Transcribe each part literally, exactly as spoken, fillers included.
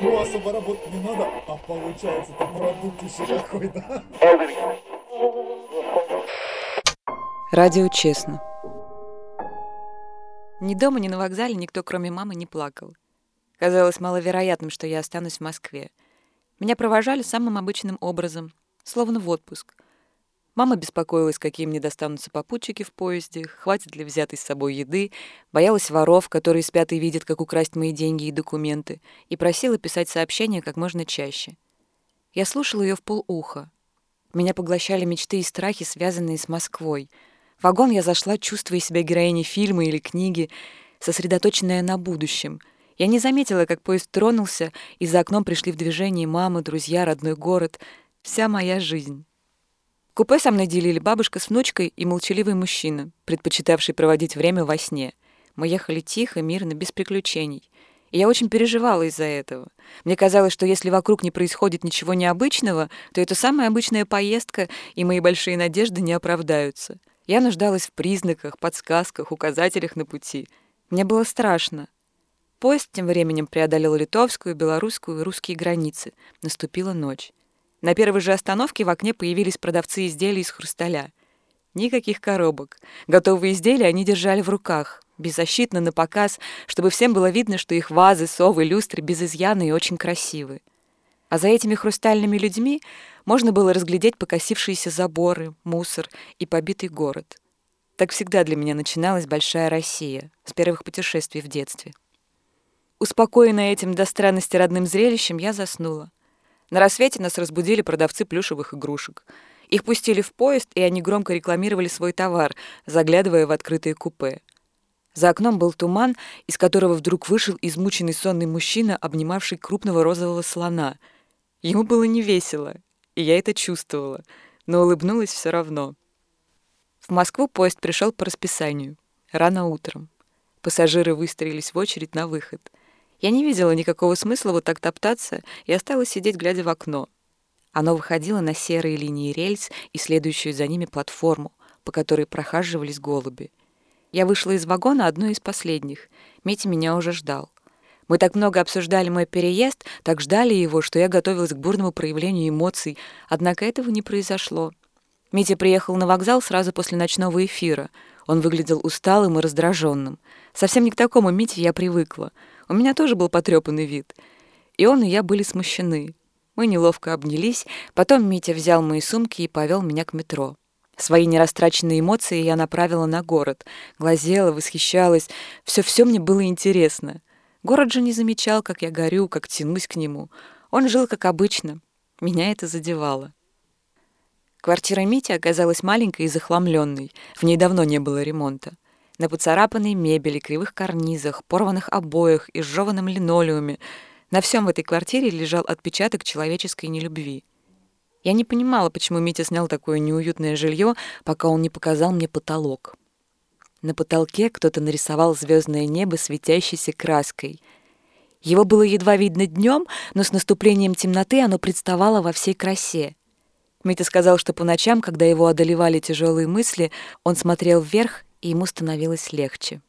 Ну, особо работать не надо, а получается там продукт еще какой, да? Радио «Честно». Ни дома, ни на вокзале никто, кроме мамы, не плакал. Казалось маловероятным, что я останусь в Москве. Меня провожали самым обычным образом, словно в отпуск. Мама беспокоилась, какие мне достанутся попутчики в поезде, хватит ли взятой с собой еды, боялась воров, которые спят и видят, как украсть мои деньги и документы, и просила писать сообщения как можно чаще. Я слушала ее вполуха. Меня поглощали мечты и страхи, связанные с Москвой. В вагон я зашла, чувствуя себя героиней фильма или книги, сосредоточенная на будущем. Я не заметила, как поезд тронулся, и за окном пришли в движение мама, друзья, родной город. Вся моя жизнь. Купе со мной делили бабушка с внучкой и молчаливый мужчина, предпочитавший проводить время во сне. Мы ехали тихо, мирно, без приключений. И я очень переживала из-за этого. Мне казалось, что если вокруг не происходит ничего необычного, то это самая обычная поездка, и мои большие надежды не оправдаются. Я нуждалась в признаках, подсказках, указателях на пути. Мне было страшно. Поезд тем временем преодолел литовскую, белорусскую и русские границы. Наступила ночь. На первой же остановке в окне появились продавцы изделий из хрусталя. Никаких коробок. Готовые изделия они держали в руках, беззащитно, напоказ, чтобы всем было видно, что их вазы, совы, люстры без изъяна и очень красивы. А за этими хрустальными людьми можно было разглядеть покосившиеся заборы, мусор и побитый город. Так всегда для меня начиналась большая Россия с первых путешествий в детстве. Успокоенная этим до странности родным зрелищем, я заснула. На рассвете нас разбудили продавцы плюшевых игрушек. Их пустили в поезд, и они громко рекламировали свой товар, заглядывая в открытые купе. За окном был туман, из которого вдруг вышел измученный сонный мужчина, обнимавший крупного розового слона. Ему было невесело, и я это чувствовала, но улыбнулась все равно. В Москву поезд пришел по расписанию, рано утром. Пассажиры выстроились в очередь на выход. Я не видела никакого смысла вот так топтаться и осталась сидеть, глядя в окно. Оно выходило на серые линии рельс и следующую за ними платформу, по которой прохаживались голуби. Я вышла из вагона одной из последних. Митя меня уже ждал. Мы так много обсуждали мой переезд, так ждали его, что я готовилась к бурному проявлению эмоций, однако этого не произошло. Митя приехал на вокзал сразу после ночного эфира. Он выглядел усталым и раздраженным. Совсем не к такому Мите я привыкла. У меня тоже был потрепанный вид. И он, и я были смущены. Мы неловко обнялись, потом Митя взял мои сумки и повел меня к метро. Свои нерастраченные эмоции я направила на город. Глазела, восхищалась. Все-все мне было интересно. Город же не замечал, как я горю, как тянусь к нему. Он жил, как обычно. Меня это задевало. Квартира Мити оказалась маленькой и захламленной. В ней давно не было ремонта. На поцарапанной мебели, кривых карнизах, порванных обоях и сжёванном линолеуме на всем в этой квартире лежал отпечаток человеческой нелюбви. Я не понимала, почему Митя снял такое неуютное жилье, пока он не показал мне потолок. На потолке кто-то нарисовал звездное небо светящейся краской. Его было едва видно днем, но с наступлением темноты оно представало во всей красе. Митя сказал, что по ночам, когда его одолевали тяжелые мысли, он смотрел вверх, и ему становилось легче.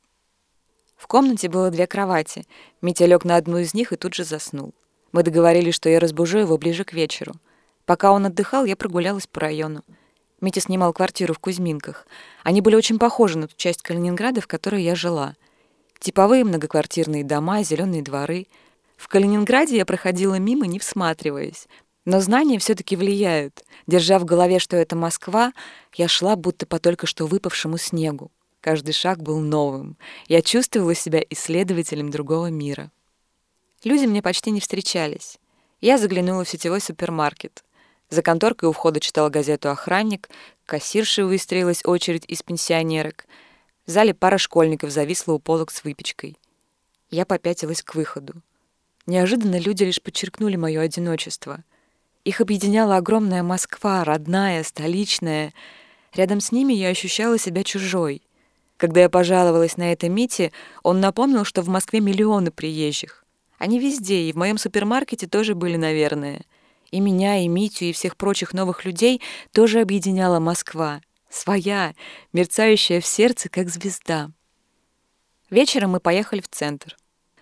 В комнате было две кровати. Митя лег на одну из них и тут же заснул. Мы договорились, что я разбужу его ближе к вечеру. Пока он отдыхал, я прогулялась по району. Митя снимал квартиру в Кузьминках. Они были очень похожи на ту часть Калининграда, в которой я жила. Типовые многоквартирные дома, зеленые дворы. В Калининграде я проходила мимо, не всматриваясь. Но знания все-таки влияют. Держа в голове, что это Москва, я шла будто по только что выпавшему снегу. Каждый шаг был новым. Я чувствовала себя исследователем другого мира. Люди мне почти не встречались. Я заглянула в сетевой супермаркет. За конторкой у входа читал газету охранник, к кассирше выстроилась очередь из пенсионерок. В зале пара школьников зависла у полок с выпечкой. Я попятилась к выходу. Неожиданно люди лишь подчеркнули мое одиночество. Их объединяла огромная Москва, родная, столичная. Рядом с ними я ощущала себя чужой. Когда я пожаловалась на это Мите, он напомнил, что в Москве миллионы приезжих. Они везде, и в моем супермаркете тоже были, наверное. И меня, и Митю, и всех прочих новых людей тоже объединяла Москва. Своя, мерцающая в сердце, как звезда. Вечером мы поехали в центр.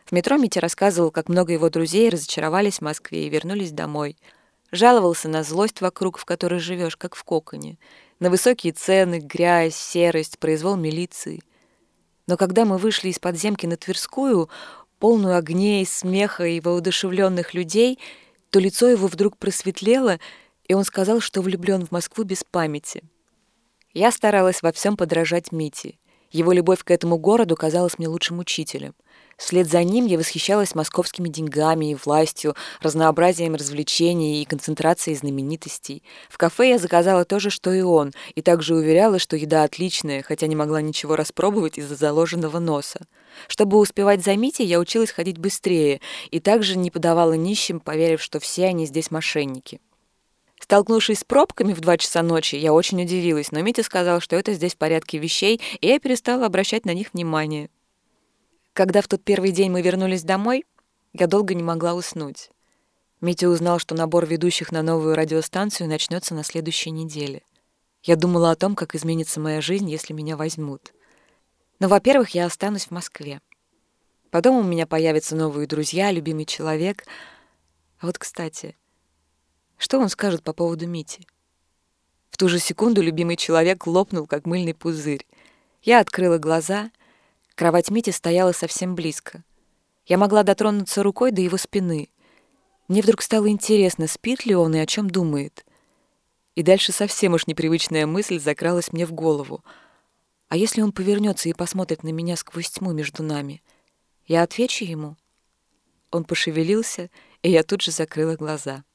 В метро Митя рассказывал, как много его друзей разочаровались в Москве и вернулись домой. Жаловался на злость вокруг, в которой живешь, как в коконе, на высокие цены, грязь, серость, произвол милиции. Но когда мы вышли из подземки на Тверскую, полную огней, смеха и воодушевленных людей, то лицо его вдруг просветлело, и он сказал, что влюблен в Москву без памяти. Я старалась во всем подражать Мите. Его любовь к этому городу казалась мне лучшим учителем. Вслед за ним я восхищалась московскими деньгами и властью, разнообразием развлечений и концентрацией знаменитостей. В кафе я заказала то же, что и он, и также уверяла, что еда отличная, хотя не могла ничего распробовать из-за заложенного носа. Чтобы успевать за Митей, я училась ходить быстрее и также не подавала нищим, поверив, что все они здесь мошенники. Столкнувшись с пробками в два часа ночи, я очень удивилась, но Митя сказал, что это здесь в порядке вещей, и я перестала обращать на них внимание. Когда в тот первый день мы вернулись домой, я долго не могла уснуть. Митя узнал, что набор ведущих на новую радиостанцию начнется на следующей неделе. Я думала о том, как изменится моя жизнь, если меня возьмут. Но, во-первых, я останусь в Москве. Потом у меня появятся новые друзья, любимый человек. А вот, кстати, что он скажет по поводу Мити? В ту же секунду любимый человек лопнул, как мыльный пузырь. Я открыла глаза. Кровать Мити стояла совсем близко. Я могла дотронуться рукой до его спины. Мне вдруг стало интересно, спит ли он и о чем думает. И дальше совсем уж непривычная мысль закралась мне в голову. А если он повернется и посмотрит на меня сквозь тьму между нами? Я отвечу ему? Он пошевелился, и я тут же закрыла глаза.